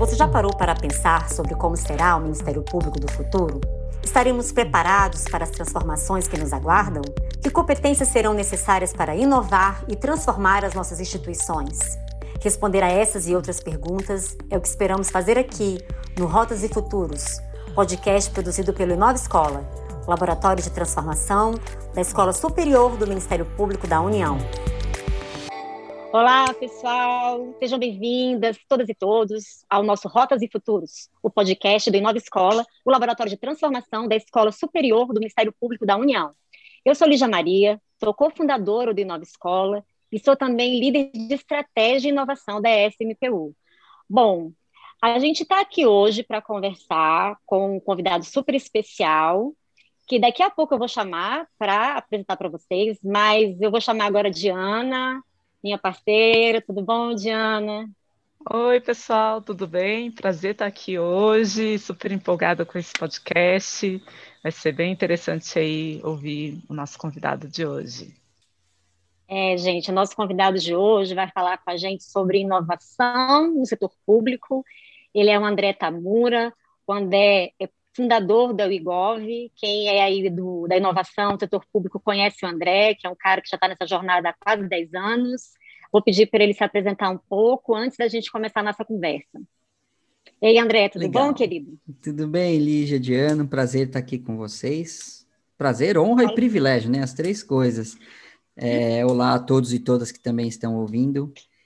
Você já parou para pensar sobre como será o Ministério Público do futuro? Estaremos preparados para as transformações que nos aguardam? Que competências serão necessárias para inovar e transformar as nossas instituições? Responder a essas e outras perguntas é o que esperamos fazer aqui, no Rotas e Futuros, podcast produzido pelo Inova Escola, Laboratório de Transformação da Escola Superior do Ministério Público da União. Olá, pessoal! Sejam bem-vindas, todas e todos, ao nosso Rotas e Futuros, o podcast do Inova Escola, o Laboratório de Transformação da Escola Superior do Ministério Público da União. Eu sou Lígia Maria, sou cofundadora do Inova Escola e sou também líder de Estratégia e Inovação da SMPU. Bom, a gente está aqui hoje para conversar com um convidado super especial, que daqui a pouco eu vou chamar para apresentar para vocês, mas eu vou chamar agora a Diana, minha parceira. Tudo bom, Diana? Oi, pessoal, tudo bem? Prazer estar aqui hoje, super empolgada com esse podcast. Vai ser bem interessante aí ouvir o nosso convidado de hoje. Gente, o nosso convidado de hoje vai falar com a gente sobre inovação no setor público. Ele é o André Tamura. O André é fundador da UiGov. Quem é aí da inovação no setor público conhece o André, que é um cara que já está nessa jornada há quase 10 anos. Vou pedir para ele se apresentar um pouco antes da gente começar a nossa conversa. E aí, André, tudo Legal. bom, querido? Tudo bem, Lígia, Diana, prazer estar aqui com vocês. Prazer, honra e privilégio, né? As três coisas. Olá a todos e todas que também estão ouvindo.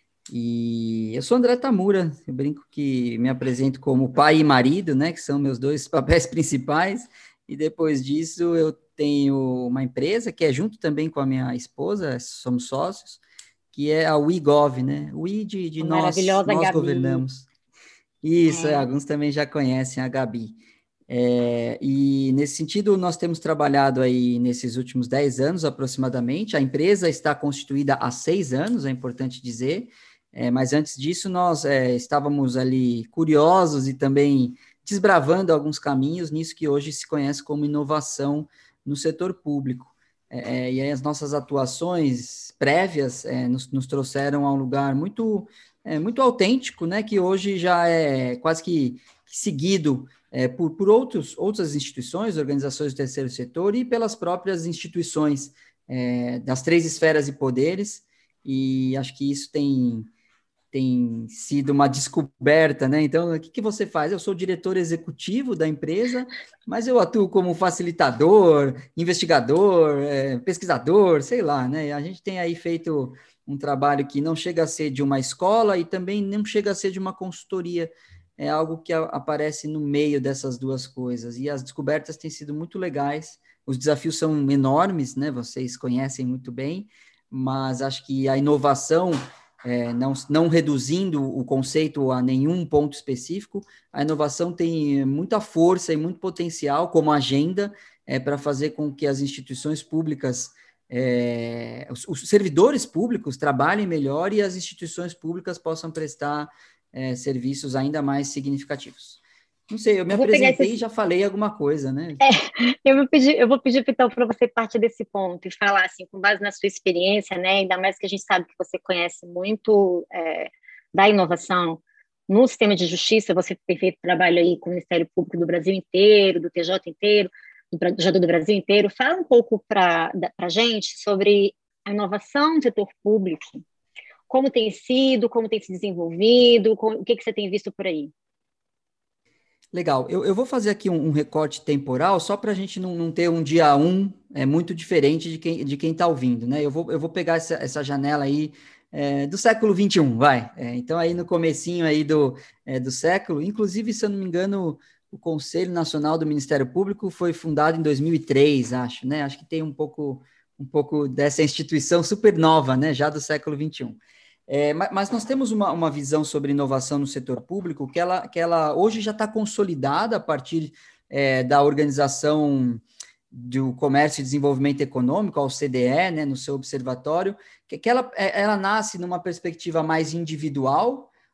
E eu sou André Tamura, eu brinco que me apresento como pai e marido, né? Que são meus dois papéis principais. E depois disso eu tenho uma empresa que é junto também com a minha esposa, somos sócios, que é a UiGov, né? O I de nós Gabi. governamos. Isso, alguns também já conhecem a Gabi. E nesse sentido, nós temos trabalhado aí nesses últimos 10 anos aproximadamente. A empresa está constituída há 6 anos, é importante dizer, mas antes disso nós estávamos ali curiosos e também desbravando alguns caminhos nisso que hoje se conhece como inovação no setor público. E aí as nossas atuações prévias nos trouxeram a um lugar muito autêntico, né, que hoje já é quase que seguido por outras instituições, organizações do terceiro setor e pelas próprias instituições das três esferas de poderes, e acho que isso tem sido uma descoberta, né? Então, o que você faz? Eu sou diretor executivo da empresa, mas eu atuo como facilitador, investigador, pesquisador, sei lá, né? A gente tem aí feito um trabalho que não chega a ser de uma escola e também não chega a ser de uma consultoria. É algo que aparece no meio dessas duas coisas, e as descobertas têm sido muito legais. Os desafios são enormes, né? Vocês conhecem muito bem, mas acho que a inovação, não reduzindo o conceito a nenhum ponto específico, a inovação tem muita força e muito potencial como agenda para fazer com que as instituições públicas, os servidores públicos trabalhem melhor e as instituições públicas possam prestar serviços ainda mais significativos. Não sei, eu me apresentei e já falei alguma coisa, né? Eu vou pedir então para você partir desse ponto e falar assim, com base na sua experiência, né? Ainda mais que a gente sabe que você conhece muito da inovação no sistema de justiça. Você tem feito trabalho aí com o Ministério Público do Brasil inteiro, do TJ inteiro, do JU do Brasil inteiro. Fala um pouco para a gente sobre a inovação no setor público. Como tem sido, como tem se desenvolvido, o que você tem visto por aí? Legal, eu vou fazer aqui um recorte temporal, só para a gente não ter um dia 1 muito diferente de quem está ouvindo, né? Eu vou pegar essa janela aí do século XXI, vai. Então, aí no comecinho aí do século, inclusive, se eu não me engano, o Conselho Nacional do Ministério Público foi fundado em 2003, acho, né? Acho que tem um pouco dessa instituição super nova, né? Já do século XXI. Mas nós temos uma visão sobre inovação no setor público que ela hoje já está consolidada a partir da Organização do Comércio e Desenvolvimento Econômico, a OCDE, né, no seu observatório, que ela nasce numa perspectiva mais individual,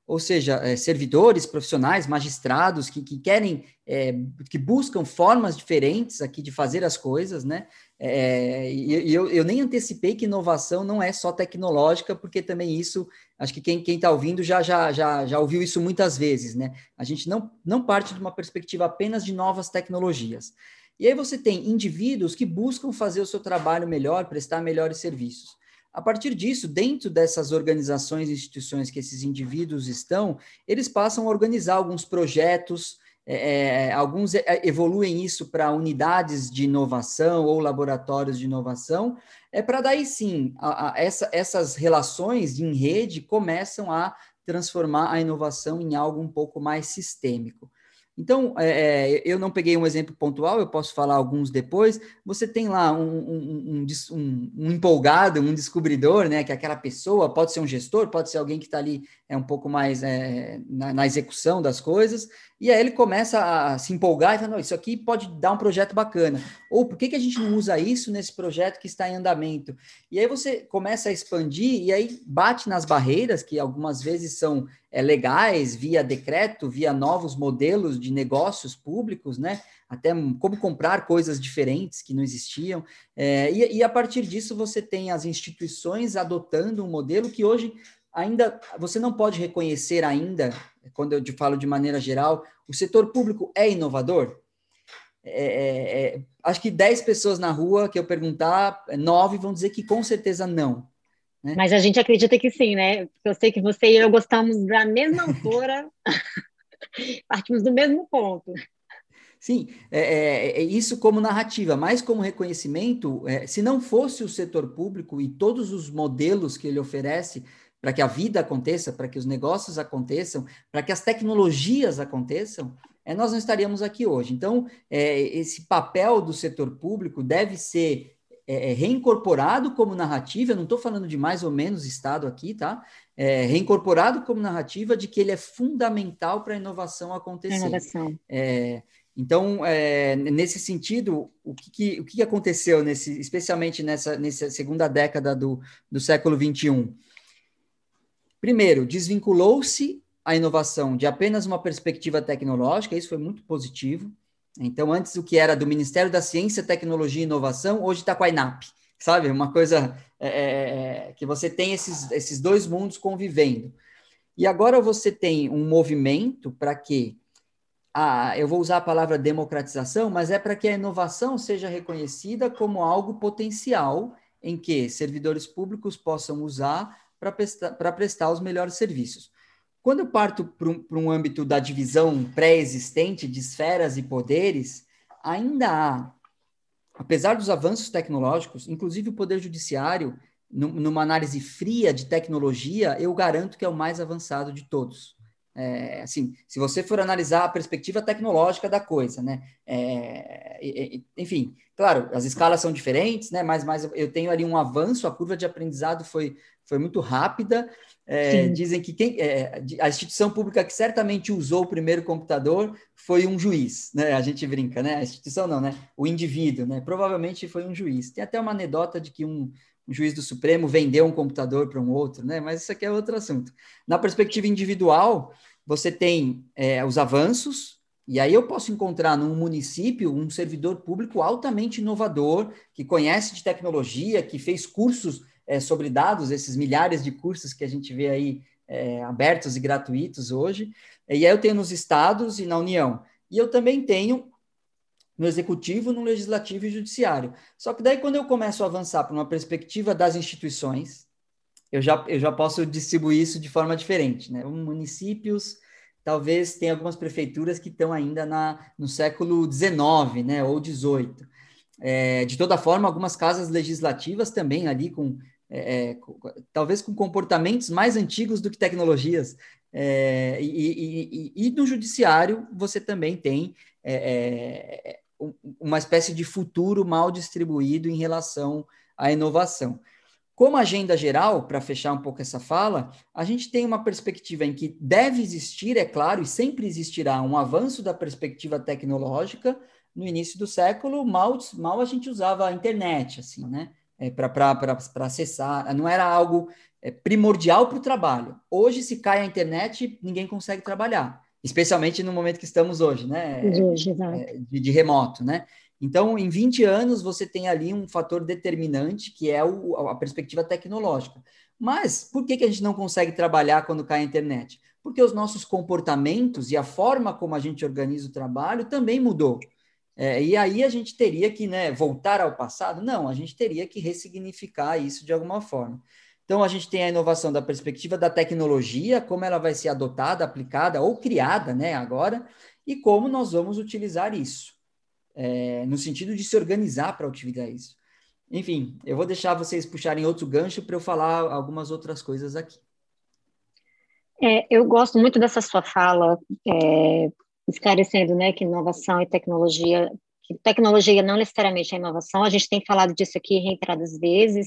ou seja, servidores, profissionais, magistrados que querem, que buscam formas diferentes aqui de fazer as coisas, né? E eu nem antecipei que inovação não é só tecnológica, porque também isso, acho que quem está ouvindo já ouviu isso muitas vezes, né? A gente não parte de uma perspectiva apenas de novas tecnologias. E aí você tem indivíduos que buscam fazer o seu trabalho melhor, prestar melhores serviços. A partir disso, dentro dessas organizações e instituições que esses indivíduos estão, eles passam a organizar alguns projetos, alguns evoluem isso para unidades de inovação ou laboratórios de inovação, para daí sim, essas relações em rede começam a transformar a inovação em algo um pouco mais sistêmico. Então, eu não peguei um exemplo pontual, eu posso falar alguns depois. Você tem lá um empolgado, um descobridor, né? Que é aquela pessoa, pode ser um gestor, pode ser alguém que está ali um pouco mais na execução das coisas, e aí ele começa a se empolgar e fala, não, isso aqui pode dar um projeto bacana. Ou por que a gente não usa isso nesse projeto que está em andamento? E aí você começa a expandir, e aí bate nas barreiras, que algumas vezes são legais, via decreto, via novos modelos de negócios públicos, né? Até como comprar coisas diferentes que não existiam. E a partir disso você tem as instituições adotando um modelo que hoje ainda você não pode reconhecer ainda, quando eu falo de maneira geral, o setor público é inovador? Acho que 10 pessoas na rua que eu perguntar, 9 vão dizer que com certeza não. Né? Mas a gente acredita que sim, né? Eu sei que você e eu gostamos da mesma autora, partimos do mesmo ponto. Sim, isso como narrativa, mas como reconhecimento, se não fosse o setor público e todos os modelos que ele oferece para que a vida aconteça, para que os negócios aconteçam, para que as tecnologias aconteçam, nós não estaríamos aqui hoje. Então, esse papel do setor público deve ser reincorporado como narrativa, eu não estou falando de mais ou menos Estado aqui, tá? Reincorporado como narrativa de que ele é fundamental para a inovação acontecer. Inovação. Então, nesse sentido, o que aconteceu, especialmente nessa segunda década do século XXI? Primeiro, desvinculou-se a inovação de apenas uma perspectiva tecnológica, isso foi muito positivo. Então, antes o que era do Ministério da Ciência, Tecnologia e Inovação, hoje está com a INAP, sabe? Uma coisa que você tem esses dois mundos convivendo. E agora você tem um movimento para que eu vou usar a palavra democratização, mas é para que a inovação seja reconhecida como algo potencial em que servidores públicos possam usar para prestar os melhores serviços. Quando eu parto para um âmbito da divisão pré-existente de esferas e poderes, ainda há, apesar dos avanços tecnológicos, inclusive o Poder Judiciário, numa análise fria de tecnologia, eu garanto que é o mais avançado de todos. Assim, se você for analisar a perspectiva tecnológica da coisa, né? Enfim, claro, as escalas são diferentes, né? Mas eu tenho ali um avanço, a curva de aprendizado foi muito rápida. Dizem que a instituição pública que certamente usou o primeiro computador foi um juiz, né? A gente brinca, né? A instituição não, né? O indivíduo, né? Provavelmente foi um juiz. Tem até uma anedota de que um juiz do Supremo vendeu um computador para um outro, né? Mas isso aqui é outro assunto. Na perspectiva individual, você tem os avanços, e aí eu posso encontrar num município um servidor público altamente inovador, que conhece de tecnologia, que fez cursos sobre dados, esses milhares de cursos que a gente vê aí abertos e gratuitos hoje. E aí eu tenho nos estados e na União. E eu também tenho no executivo, no legislativo e judiciário. Só que daí, quando eu começo a avançar para uma perspectiva das instituições, eu já posso distribuir isso de forma diferente, né? Municípios, talvez tenha algumas prefeituras que estão ainda no século XIX, né? Ou XVIII. De toda forma, algumas casas legislativas também ali talvez com comportamentos mais antigos do que tecnologias. E no judiciário, você também tem uma espécie de futuro mal distribuído em relação à inovação. Como agenda geral, para fechar um pouco essa fala, a gente tem uma perspectiva em que deve existir, é claro, e sempre existirá um avanço da perspectiva tecnológica. No início do século, mal a gente usava a internet, assim, né? Para acessar, não era algo primordial para o trabalho. Hoje, se cai a internet, ninguém consegue trabalhar, especialmente no momento que estamos hoje, né? Hoje, exato. De remoto, né? Então, em 20 anos, você tem ali um fator determinante, que é a perspectiva tecnológica. Mas por que a gente não consegue trabalhar quando cai a internet? Porque os nossos comportamentos e a forma como a gente organiza o trabalho também mudou. E aí a gente teria que, né, voltar ao passado? Não, a gente teria que ressignificar isso de alguma forma. Então, a gente tem a inovação da perspectiva da tecnologia, como ela vai ser adotada, aplicada ou criada, né, agora, e como nós vamos utilizar isso. No sentido de se organizar para utilizar isso. Enfim, eu vou deixar vocês puxarem outro gancho para eu falar algumas outras coisas aqui. Eu gosto muito dessa sua fala, esclarecendo, né, que inovação e tecnologia, que tecnologia não necessariamente é inovação, a gente tem falado disso aqui reiteradas vezes,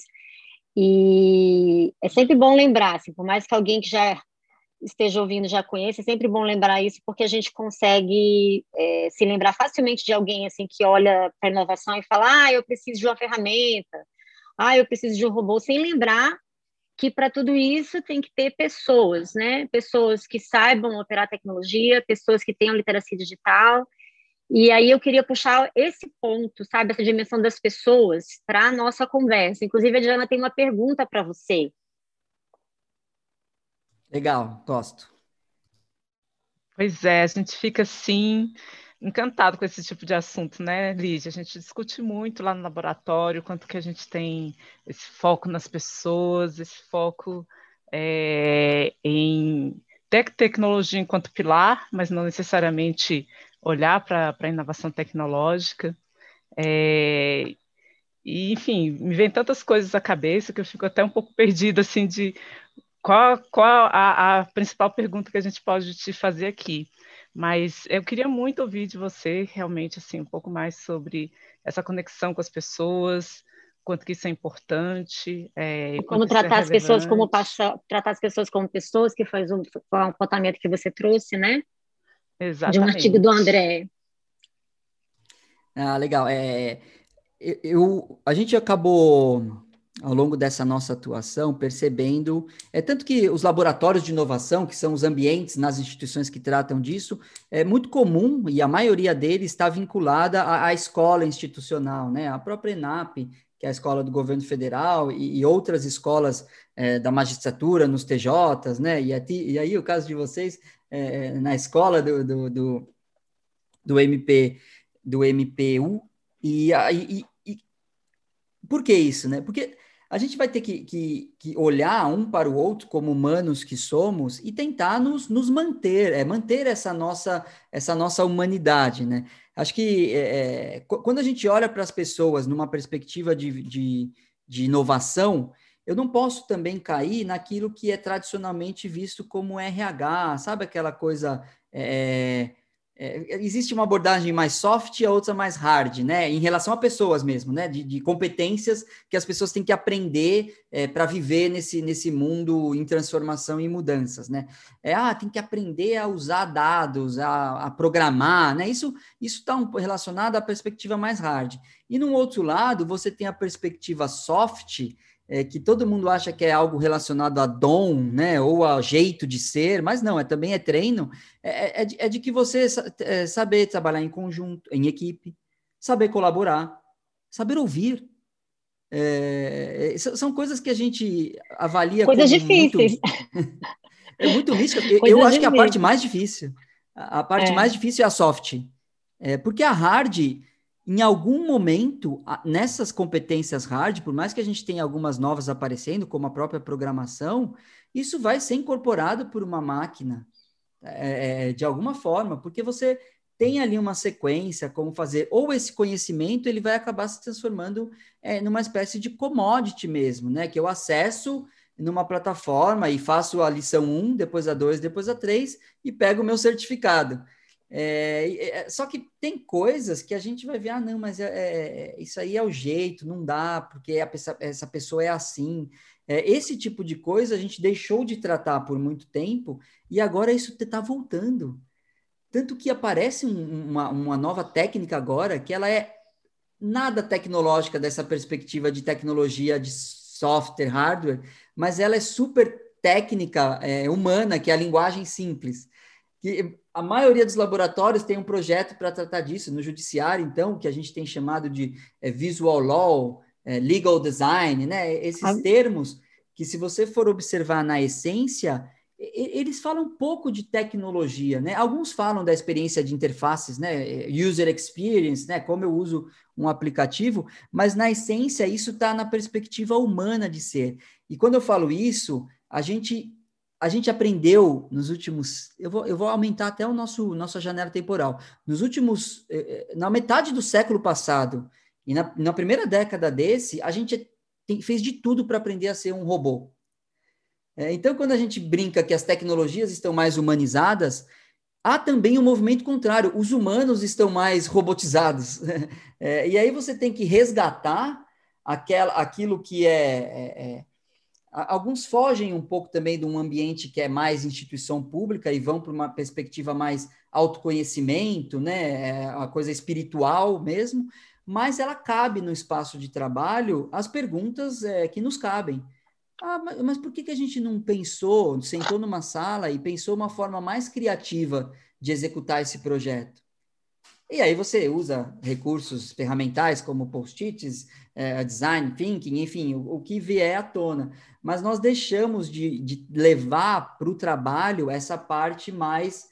e é sempre bom lembrar, assim, por mais que alguém que já esteja ouvindo já conheça, é sempre bom lembrar isso, porque a gente consegue se lembrar facilmente de alguém assim que olha para a inovação e fala, eu preciso de uma ferramenta, eu preciso de um robô, sem lembrar que para tudo isso tem que ter pessoas, né? Pessoas que saibam operar tecnologia, pessoas que tenham literacia digital. E aí eu queria puxar esse ponto, sabe, essa dimensão das pessoas para a nossa conversa. Inclusive, a Diana tem uma pergunta para você. Legal, gosto. Pois é, a gente fica assim encantado com esse tipo de assunto, né, Lígia? A gente discute muito lá no laboratório quanto que a gente tem esse foco nas pessoas, esse foco em tecnologia enquanto pilar, mas não necessariamente olhar para a inovação tecnológica. E, enfim, me vem tantas coisas à cabeça que eu fico até um pouco perdida assim de qual a principal pergunta que a gente pode te fazer aqui. Mas eu queria muito ouvir de você, realmente, assim, um pouco mais sobre essa conexão com as pessoas, quanto que isso é importante, Como quanto isso é tratar as pessoas como relevante. tratar as pessoas como pessoas, que foi um apontamento que você trouxe, né? De um artigo do Exatamente. André. Legal. A gente acabou, ao longo dessa nossa atuação, percebendo, tanto que os laboratórios de inovação, que são os ambientes nas instituições que tratam disso, é muito comum, e a maioria deles está vinculada à escola institucional, né? A própria ENAP, que é a escola do governo federal, e outras escolas da magistratura, nos TJs, né? E aí o caso de vocês, na escola do MP, do MPU, por que isso, né? Porque a gente vai ter que olhar um para o outro como humanos que somos e tentar nos manter, manter essa nossa humanidade, né? Acho que quando a gente olha para as pessoas numa perspectiva de inovação, eu não posso também cair naquilo que é tradicionalmente visto como RH, sabe aquela coisa... existe uma abordagem mais soft e a outra mais hard, né? Em relação a pessoas mesmo, né? De competências que as pessoas têm que aprender para viver nesse mundo em transformação e mudanças, né? Tem que aprender a usar dados, a programar, né? Isso está relacionado à perspectiva mais hard. E no outro lado, você tem a perspectiva soft, que todo mundo acha que é algo relacionado a dom, né, ou a jeito de ser, mas não, também é treino, de que você saber trabalhar em conjunto, em equipe, saber colaborar, saber ouvir. São coisas que a gente avalia Coisas como difíceis. muito mística. Eu Coisas acho que a parte difíceis. mais difícil, a parte mais difícil é a soft, porque a hard, em algum momento, nessas competências hard, por mais que a gente tenha algumas novas aparecendo, como a própria programação, isso vai ser incorporado por uma máquina, de alguma forma, porque você tem ali uma sequência, como fazer, ou esse conhecimento, ele vai acabar se transformando numa espécie de commodity mesmo, né? Que eu acesso numa plataforma e faço a lição 1, depois a 2, depois a 3 e pego o meu certificado. Só que tem coisas que a gente vai ver, não, mas isso aí é o jeito, não dá, porque essa pessoa é assim. Esse tipo de coisa a gente deixou de tratar por muito tempo e agora isso está voltando. Tanto que aparece uma nova técnica agora que ela é nada tecnológica dessa perspectiva de tecnologia de software, hardware, mas ela é super técnica, humana, que é a linguagem simples. Que a maioria dos laboratórios tem um projeto para tratar disso. No judiciário, então, que a gente tem chamado de visual law, legal design, né? Esses termos que, se você for observar na essência, eles falam um pouco de tecnologia, né? Alguns falam da experiência de interfaces, né? User experience, né? Como eu uso um aplicativo, mas na essência isso está na perspectiva humana de ser. E quando eu falo isso, a gente aprendeu nos últimos... Eu vou aumentar até nossa janela temporal. Nos últimos... Na metade do século passado e na primeira década desse, a gente fez de tudo para aprender a ser um robô. Então, quando a gente brinca que as tecnologias estão mais humanizadas, há também um movimento contrário. Os humanos estão mais robotizados. E aí você tem que resgatar aquilo que Alguns fogem um pouco também de um ambiente que é mais instituição pública e vão para uma perspectiva mais autoconhecimento, né? A coisa espiritual mesmo, mas ela cabe no espaço de trabalho as perguntas que nos cabem. Mas por que a gente não sentou numa sala e pensou uma forma mais criativa de executar esse projeto? E aí você usa recursos ferramentais como post-its, design thinking, enfim, o que vier à tona. Mas nós deixamos de levar para o trabalho essa parte mais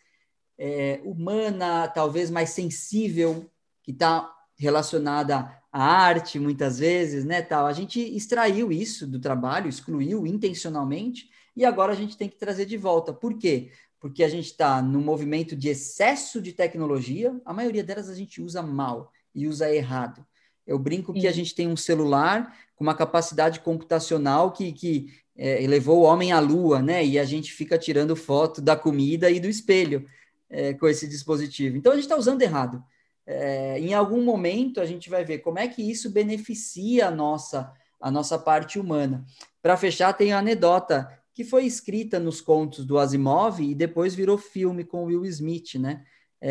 humana, talvez mais sensível, que está relacionada à arte, muitas vezes, né, tal. A gente extraiu isso do trabalho, excluiu intencionalmente, e agora a gente tem que trazer de volta. Por quê? Porque a gente está num movimento de excesso de tecnologia, a maioria delas a gente usa mal e usa errado. Eu brinco que a gente tem um celular com uma capacidade computacional que levou o homem à lua, né? E a gente fica tirando foto da comida e do espelho com esse dispositivo. Então, a gente está usando errado. Em algum momento, a gente vai ver como é que isso beneficia a nossa parte humana. Para fechar, tem a anedota que foi escrita nos contos do Asimov e depois virou filme com Will Smith, né?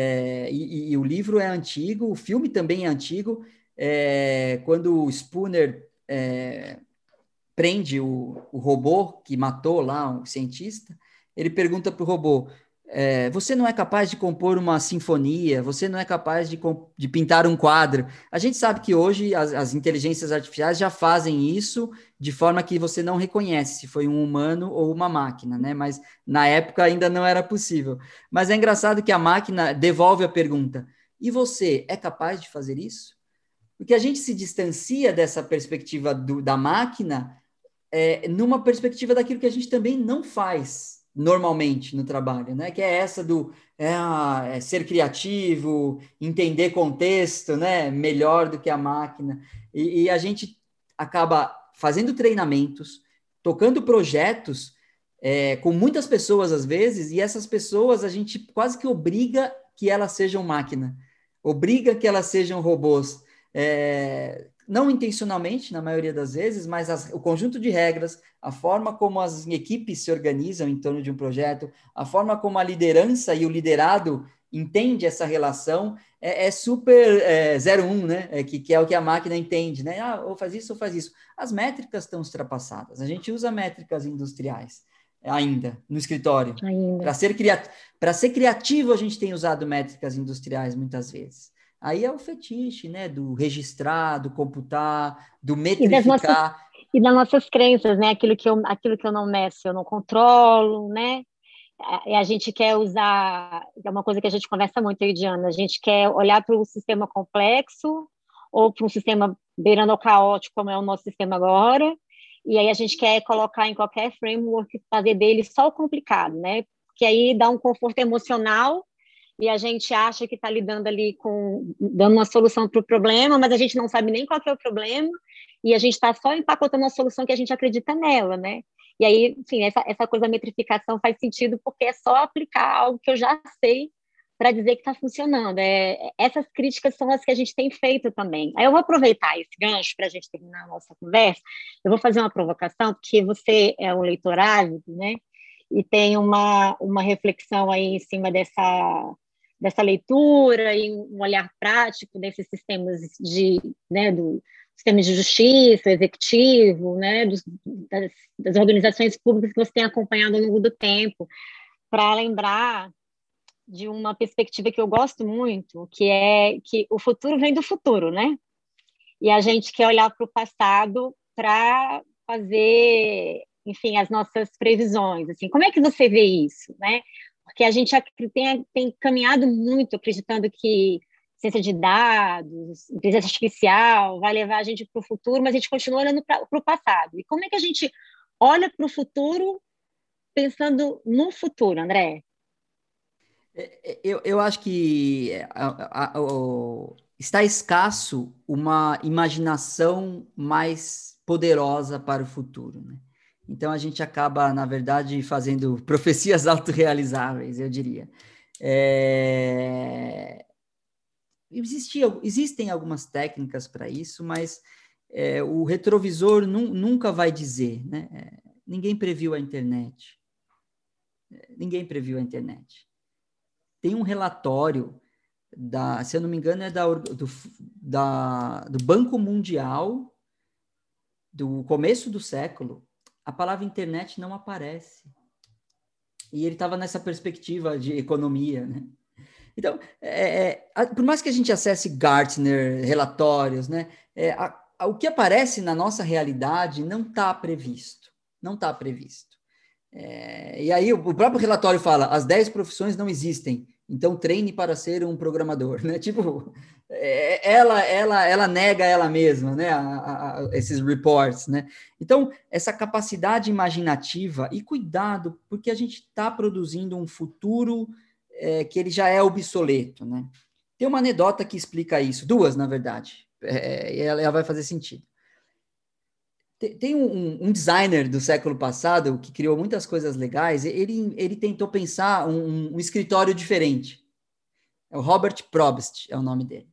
E o livro é antigo, o filme também é antigo. Quando o Spooner prende o robô que matou lá um cientista, ele pergunta para o robô: você não é capaz de compor uma sinfonia, você não é capaz de pintar um quadro. A gente sabe que hoje as inteligências artificiais já fazem isso de forma que você não reconhece se foi um humano ou uma máquina, né? Mas na época ainda não era possível. Mas é engraçado que a máquina devolve a pergunta: e você é capaz de fazer isso? Porque a gente se distancia dessa perspectiva da máquina numa perspectiva daquilo que a gente também não faz normalmente no trabalho, né? Que é essa do ser criativo, entender contexto, né? Melhor do que a máquina. E a gente acaba fazendo treinamentos, tocando projetos com muitas pessoas às vezes, e essas pessoas a gente quase que obriga que elas sejam máquina, obriga que elas sejam robôs. Não intencionalmente, na maioria das vezes, mas o conjunto de regras, a forma como as equipes se organizam em torno de um projeto, a forma como a liderança e o liderado entende essa relação, super 0-1, né? Que é o que a máquina entende, né? Ou faz isso ou faz isso. As métricas estão ultrapassadas. A gente usa métricas industriais ainda no escritório. Para ser criativo, a gente tem usado métricas industriais muitas vezes. Aí é o fetiche, né? Do registrar, do computar, do metrificar. E das nossas crenças, né? Aquilo que eu não meço, eu não controlo, né? A gente quer usar... É uma coisa que a gente conversa muito aí, Diana. A gente quer olhar para o sistema complexo ou para um sistema beirando ao caótico, como é o nosso sistema agora. E aí a gente quer colocar em qualquer framework, fazer dele só o complicado, né? Porque aí dá um conforto emocional e a gente acha que está lidando ali dando uma solução para o problema, mas a gente não sabe nem qual que é o problema, e a gente está só empacotando a solução que a gente acredita nela, né? E aí, enfim, essa coisa da metrificação faz sentido porque é só aplicar algo que eu já sei para dizer que está funcionando. Essas críticas são as que a gente tem feito também. Aí eu vou aproveitar esse gancho para a gente terminar a nossa conversa. Eu vou fazer uma provocação, porque você é um leitor ávido, né? E tem uma reflexão aí em cima dessa leitura e um olhar prático desses sistemas sistema de justiça, executivo, né, das organizações públicas que você tem acompanhado ao longo do tempo, para lembrar de uma perspectiva que eu gosto muito, que é que o futuro vem do futuro, né? E a gente quer olhar para o passado para fazer, enfim, as nossas previsões. Assim, como é que você vê isso, né? Porque a gente tem caminhado muito acreditando que ciência de dados, inteligência artificial vai levar a gente para o futuro, mas a gente continua olhando para o passado. E como é que a gente olha para o futuro pensando no futuro, André? Eu acho que está escasso uma imaginação mais poderosa para o futuro, né? Então, a gente acaba, na verdade, fazendo profecias autorrealizáveis, eu diria. Existem algumas técnicas para isso, mas o retrovisor nunca vai dizer, né? Ninguém previu a internet. Ninguém previu a internet. Tem um relatório, se eu não me engano, do Banco Mundial, do começo do século, a palavra internet não aparece. E ele estava nessa perspectiva de economia, né? Então, por mais que a gente acesse Gartner, relatórios, né, o que aparece na nossa realidade não está previsto. Não está previsto. E aí o próprio relatório fala, as 10 profissões não existem, então treine para ser um programador, né? Tipo, ela nega ela mesma, né? Esses reports, né? Então, essa capacidade imaginativa, e cuidado, porque a gente está produzindo um futuro que ele já é obsoleto, né? Tem uma anedota que explica isso, duas, na verdade, e ela vai fazer sentido. Tem um designer do século passado que criou muitas coisas legais. Ele tentou pensar um escritório diferente. O Robert Probst é o nome dele.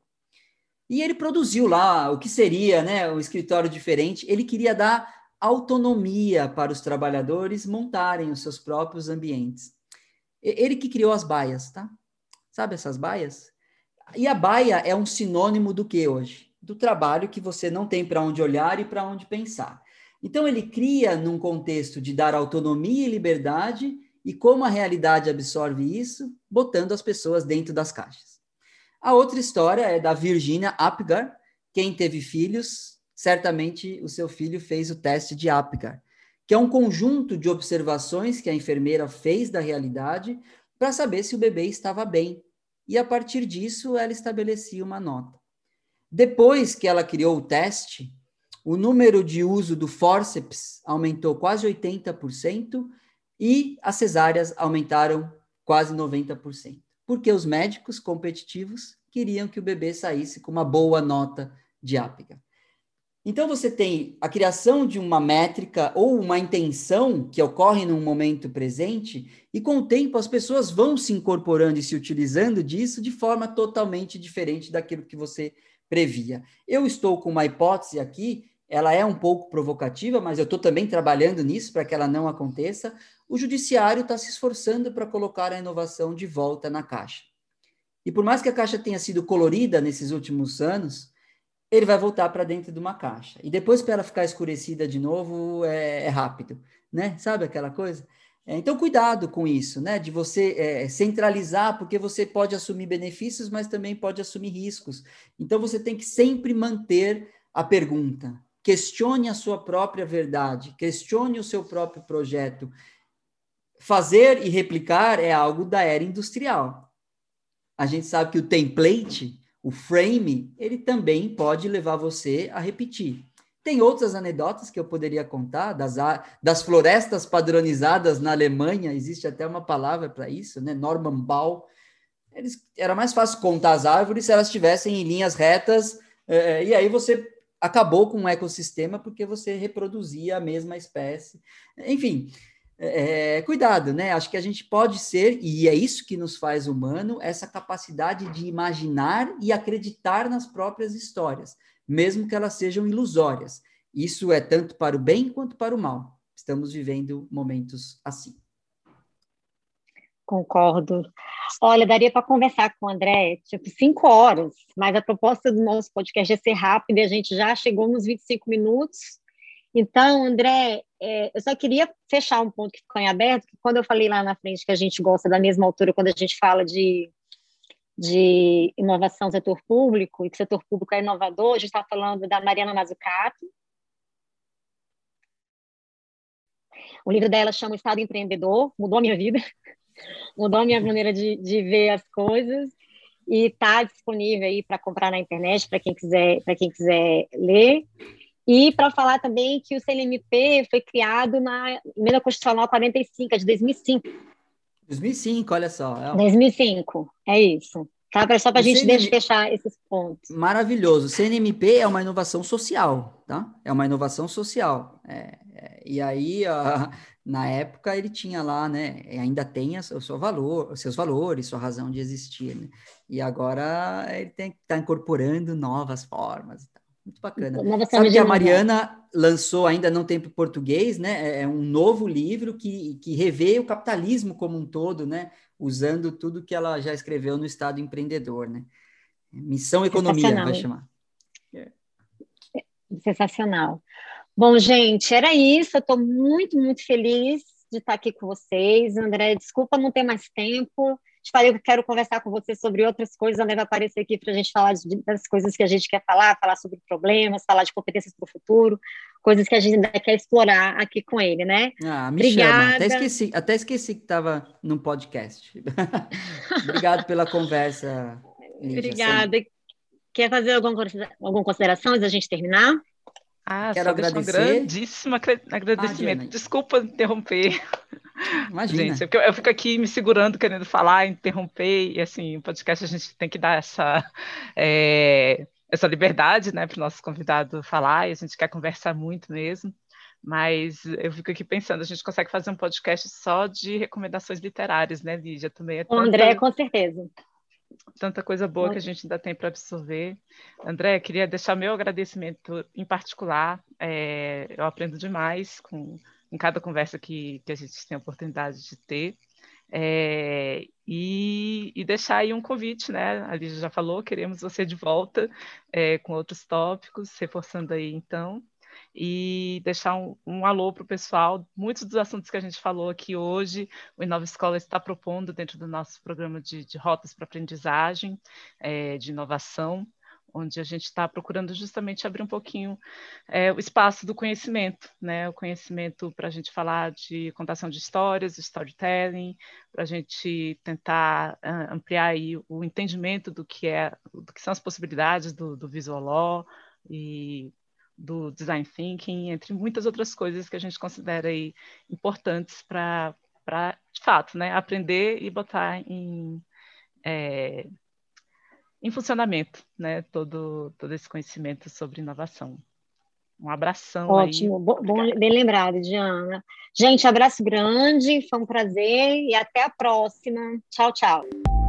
E ele produziu lá o que seria, né, um escritório diferente. Ele queria dar autonomia para os trabalhadores montarem os seus próprios ambientes. Ele que criou as baias, tá? Sabe essas baias? E a baia é um sinônimo do que hoje? Do trabalho que você não tem para onde olhar e para onde pensar. Então, ele cria num contexto de dar autonomia e liberdade, e como a realidade absorve isso, botando as pessoas dentro das caixas. A outra história é da Virginia Apgar. Quem teve filhos, certamente o seu filho fez o teste de Apgar, que é um conjunto de observações que a enfermeira fez da realidade para saber se o bebê estava bem. E, a partir disso, ela estabelecia uma nota. Depois que ela criou o teste, o número de uso do fórceps aumentou quase 80% e as cesáreas aumentaram quase 90%. Porque os médicos competitivos queriam que o bebê saísse com uma boa nota de Apgar. Então, você tem a criação de uma métrica ou uma intenção que ocorre num momento presente, e com o tempo as pessoas vão se incorporando e se utilizando disso de forma totalmente diferente daquilo que você previa. Eu estou com uma hipótese aqui, ela é um pouco provocativa, mas eu estou também trabalhando nisso para que ela não aconteça. O judiciário está se esforçando para colocar a inovação de volta na Caixa. E por mais que a Caixa tenha sido colorida nesses últimos anos, ele vai voltar para dentro de uma caixa. E depois, para ela ficar escurecida de novo, é rápido, né? Sabe aquela coisa? Então, cuidado com isso, né? De você centralizar, porque você pode assumir benefícios, mas também pode assumir riscos. Então, você tem que sempre manter a pergunta. Questione a sua própria verdade, questione o seu próprio projeto. Fazer e replicar é algo da era industrial. A gente sabe que o template, o frame, ele também pode levar você a repetir. Tem outras anedotas que eu poderia contar, das florestas padronizadas na Alemanha, existe até uma palavra para isso, né? Norman Bau. Era mais fácil contar as árvores se elas estivessem em linhas retas, e aí você acabou com um ecossistema porque você reproduzia a mesma espécie. Enfim, cuidado, né? Acho que a gente pode ser, e é isso que nos faz humano, essa capacidade de imaginar e acreditar nas próprias histórias, mesmo que elas sejam ilusórias. Isso é tanto para o bem quanto para o mal. Estamos vivendo momentos assim. Concordo. Olha, daria para conversar com o André, tipo, 5 horas, mas a proposta do nosso podcast é ser rápido e a gente já chegou nos 25 minutos. Então, André, eu só queria fechar um ponto que ficou em aberto, que quando eu falei lá na frente que a gente gosta da mesma altura quando a gente fala de inovação no setor público, e que o setor público é inovador, a gente está falando da Mariana Mazzucato. O livro dela chama O Estado Empreendedor, mudou a minha vida, mudou a minha maneira de ver as coisas, e está disponível aí para comprar na internet, para quem quiser ler. E para falar também que o CNMP foi criado na Emenda Constitucional 45, de 2005. 2005, olha só. 2005, é isso. Tá? Só para a gente fechar esses pontos. Maravilhoso. O CNMP é uma inovação social, tá? É uma inovação social. E aí, na época, ele tinha lá, né? Ainda tem o seu valor, os seus valores, sua razão de existir, né? E agora ele tem que estar incorporando novas formas. Muito bacana. Sabe que a Mariana lançou, ainda não tem para o português, né? É um novo livro que revê o capitalismo como um todo, né? Usando tudo que ela já escreveu no Estado Empreendedor, né? Missão Economia, vai chamar. Sensacional. Bom, gente, era isso. Eu estou muito, muito feliz de estar aqui com vocês. André, desculpa não ter mais tempo. Te falei que eu quero conversar com você sobre outras coisas. André vai aparecer aqui para a gente falar das coisas que a gente quer falar sobre problemas, falar de competências para o futuro, coisas que a gente ainda quer explorar aqui com ele, né? Me chama. Até esqueci que estava num podcast. Obrigado pela conversa, Lígia. Obrigada. Quer fazer alguma consideração antes da gente terminar? Quero agradecer. Um grandíssimo agradecimento. Desculpa interromper. Imagina. Gente, eu fico aqui me segurando, querendo falar, interromper, e assim, o podcast a gente tem que dar essa liberdade, né, para o nosso convidado falar, e a gente quer conversar muito mesmo, mas eu fico aqui pensando, a gente consegue fazer um podcast só de recomendações literárias, né, Lígia? Também André, com certeza. Tanta coisa boa que a gente ainda tem para absorver. André, queria deixar meu agradecimento em particular. Eu aprendo demais em cada conversa que a gente tem a oportunidade de ter. E deixar aí um convite, né? A Lígia já falou, queremos você de volta com outros tópicos, reforçando aí então. E deixar um alô para o pessoal. Muitos dos assuntos que a gente falou aqui hoje, o Inova Escola está propondo dentro do nosso programa de rotas para aprendizagem, de inovação, onde a gente está procurando justamente abrir um pouquinho o espaço do conhecimento, né? O conhecimento para a gente falar de contação de histórias, storytelling, para a gente tentar ampliar aí o entendimento do que são as possibilidades do visual law e do design thinking, entre muitas outras coisas que a gente considera aí importantes para de fato, né, aprender e botar em funcionamento, né, todo esse conhecimento sobre inovação. Um abração. Ótimo, aí. Bem lembrado, Diana. Gente, abraço grande, foi um prazer e até a próxima. Tchau, tchau.